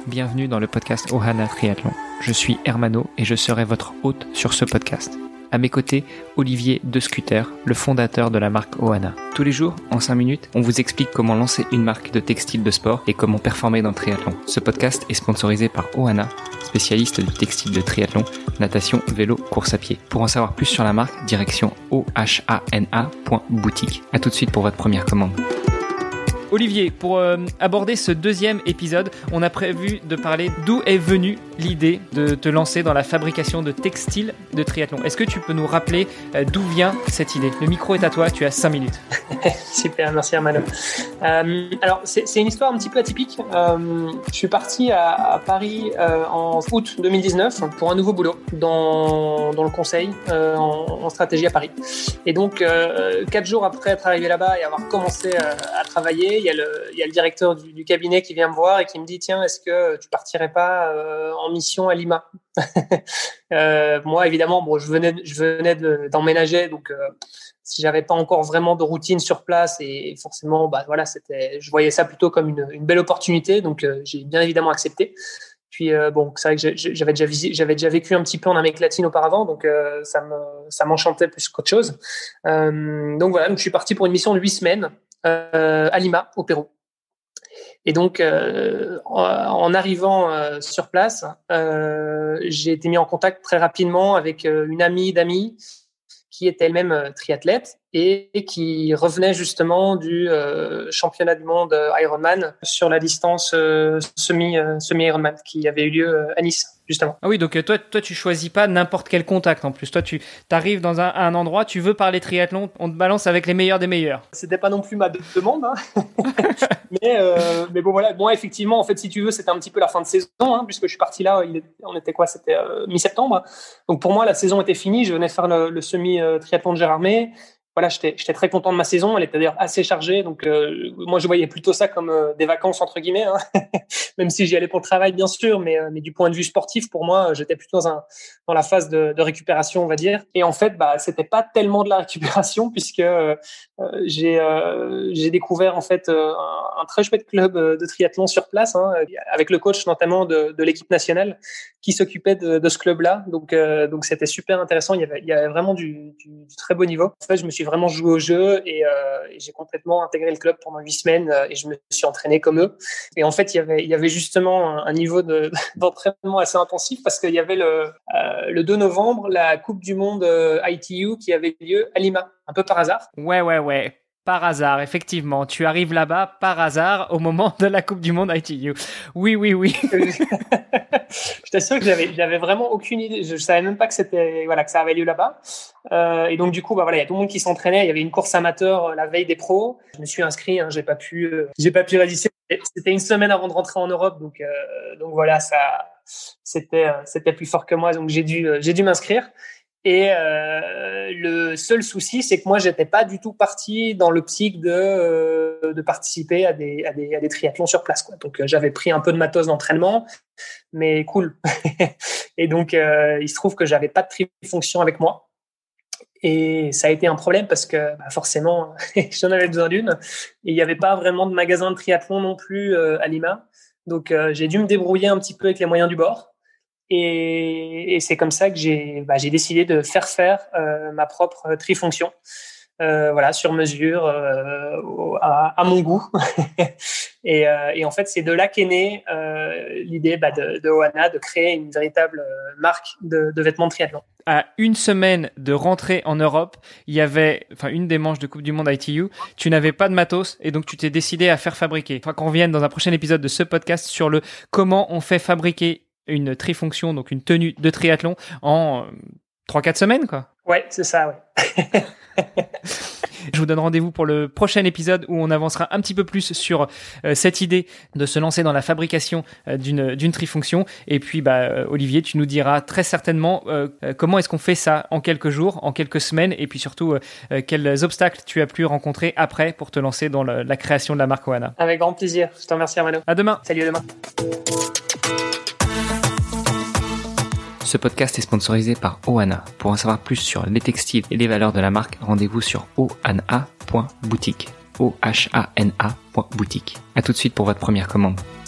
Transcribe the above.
bienvenue dans le podcast Ohana Triathlon. Je suis Hermano et je serai votre hôte sur ce podcast. À mes côtés, Olivier De Scuter, le fondateur de la marque Ohana. Tous les jours, en 5 minutes, on vous explique comment lancer une marque de textile de sport et comment performer dans le triathlon. Ce podcast est sponsorisé par Ohana, spécialiste du textile de triathlon, natation, vélo, course à pied. Pour en savoir plus sur la marque, direction ohana.boutique. À tout de suite pour votre première commande. Olivier, pour aborder ce deuxième épisode, on a prévu de parler d'où est venue l'idée de te lancer dans la fabrication de textiles de triathlon. Est-ce que tu peux nous rappeler d'où vient cette idée ? Le micro est à toi, tu as 5 minutes. Super, merci Hermano. Alors, c'est une histoire un petit peu atypique. Je suis parti à Paris en août 2019 pour un nouveau boulot dans le conseil en stratégie à Paris. Et donc, 4 jours après être arrivé là-bas et avoir commencé à travailler, il y a le directeur du cabinet qui vient me voir et qui me dit « Tiens, est-ce que tu partirais pas en mission à Lima ?» Moi, évidemment, bon, je venais d'emménager, donc si j'avais pas encore vraiment de routine sur place et forcément, bah voilà, je voyais ça plutôt comme une belle opportunité, donc j'ai bien évidemment accepté. Puis bon, c'est vrai que j'avais déjà vécu un petit peu en Amérique latine auparavant, donc ça m'enchantait plus qu'autre chose. Donc voilà, donc je suis parti pour une mission de 8 semaines à Lima, au Pérou. Et donc, en arrivant sur place, j'ai été mis en contact très rapidement avec une amie d'amis qui était elle-même triathlète et qui revenait justement du championnat du monde Ironman sur la distance semi-Ironman qui avait eu lieu à Nice, justement. Ah oui, donc toi tu choisis pas n'importe quel contact en plus. Toi, tu arrives dans un endroit, tu veux parler triathlon, on te balance avec les meilleurs des meilleurs. C'était pas non plus ma demande, hein. mais bon voilà. Bon, effectivement, en fait, si tu veux, c'était un petit peu la fin de saison, hein, puisque je suis parti là. On était quoi ? C'était mi-septembre. Donc pour moi, la saison était finie. Je venais faire le semi-triathlon de Gérardmer. Voilà, j'étais très content de ma saison. Elle était d'ailleurs assez chargée. Donc, moi, je voyais plutôt ça comme des vacances, entre guillemets, hein. Même si j'y allais pour le travail, bien sûr. Mais du point de vue sportif, pour moi, j'étais plutôt dans la phase de récupération, on va dire. Et en fait, bah, c'était pas tellement de la récupération puisque j'ai découvert, en fait, un très chouette club de triathlon sur place, hein, avec le coach, notamment, de l'équipe nationale qui s'occupait de ce club-là. Donc, c'était super intéressant. Il y avait vraiment du très beau niveau. En fait, je me suis vraiment joué au jeu et j'ai complètement intégré le club pendant 8 semaines et je me suis entraîné comme eux. Et en fait, il y avait justement un niveau d'entraînement assez intensif parce qu'il y avait le 2 novembre la Coupe du Monde ITU qui avait lieu à Lima, un peu par hasard. Ouais. Par hasard, effectivement. Tu arrives là-bas par hasard au moment de la Coupe du Monde ITU. Oui. Je t'assure que j'avais vraiment aucune idée. Je savais même pas que que ça avait lieu là-bas. Et donc, du coup, bah voilà, il y a tout le monde qui s'entraînait. Il y avait une course amateur la veille des pros. Je me suis inscrit, hein, j'ai pas pu résister. C'était une semaine avant de rentrer en Europe. Donc voilà, c'était plus fort que moi. Donc, j'ai dû m'inscrire. Et le seul souci, c'est que moi, j'étais pas du tout parti dans l'optique de participer à des triathlons sur place, quoi. Donc, j'avais pris un peu de matos d'entraînement, mais cool. Et donc, il se trouve que j'avais pas de trifonction avec moi. Et ça a été un problème parce que forcément, j'en avais besoin d'une. Et il n'y avait pas vraiment de magasin de triathlon non plus à Lima. Donc, j'ai dû me débrouiller un petit peu avec les moyens du bord. Et c'est comme ça que j'ai décidé de faire ma propre trifonction, voilà, sur mesure, à mon goût. Et en fait, c'est de là qu'est née l'idée de Ohana de créer une véritable marque de vêtements de triathlon. À une semaine de rentrer en Europe, il y avait une des manches de Coupe du Monde ITU. Tu n'avais pas de matos et donc tu t'es décidé à faire fabriquer. Il faudra qu'on revienne dans un prochain épisode de ce podcast sur comment on fait fabriquer une trifonction, donc une tenue de triathlon en 3-4 semaines, quoi. Ouais, c'est ça, ouais. Je vous donne rendez-vous pour le prochain épisode où on avancera un petit peu plus sur cette idée de se lancer dans la fabrication d'une trifonction. Et puis, Olivier, tu nous diras très certainement comment est-ce qu'on fait ça en quelques jours, en quelques semaines, et puis surtout quels obstacles tu as pu rencontrer après pour te lancer dans la création de la marque Ohana. Avec grand plaisir. Je te remercie, Armano. À demain. Salut, à demain. Ce podcast est sponsorisé par Ohana. Pour en savoir plus sur les textiles et les valeurs de la marque, rendez-vous sur ohana.boutique. ohana.boutique. À tout de suite pour votre première commande.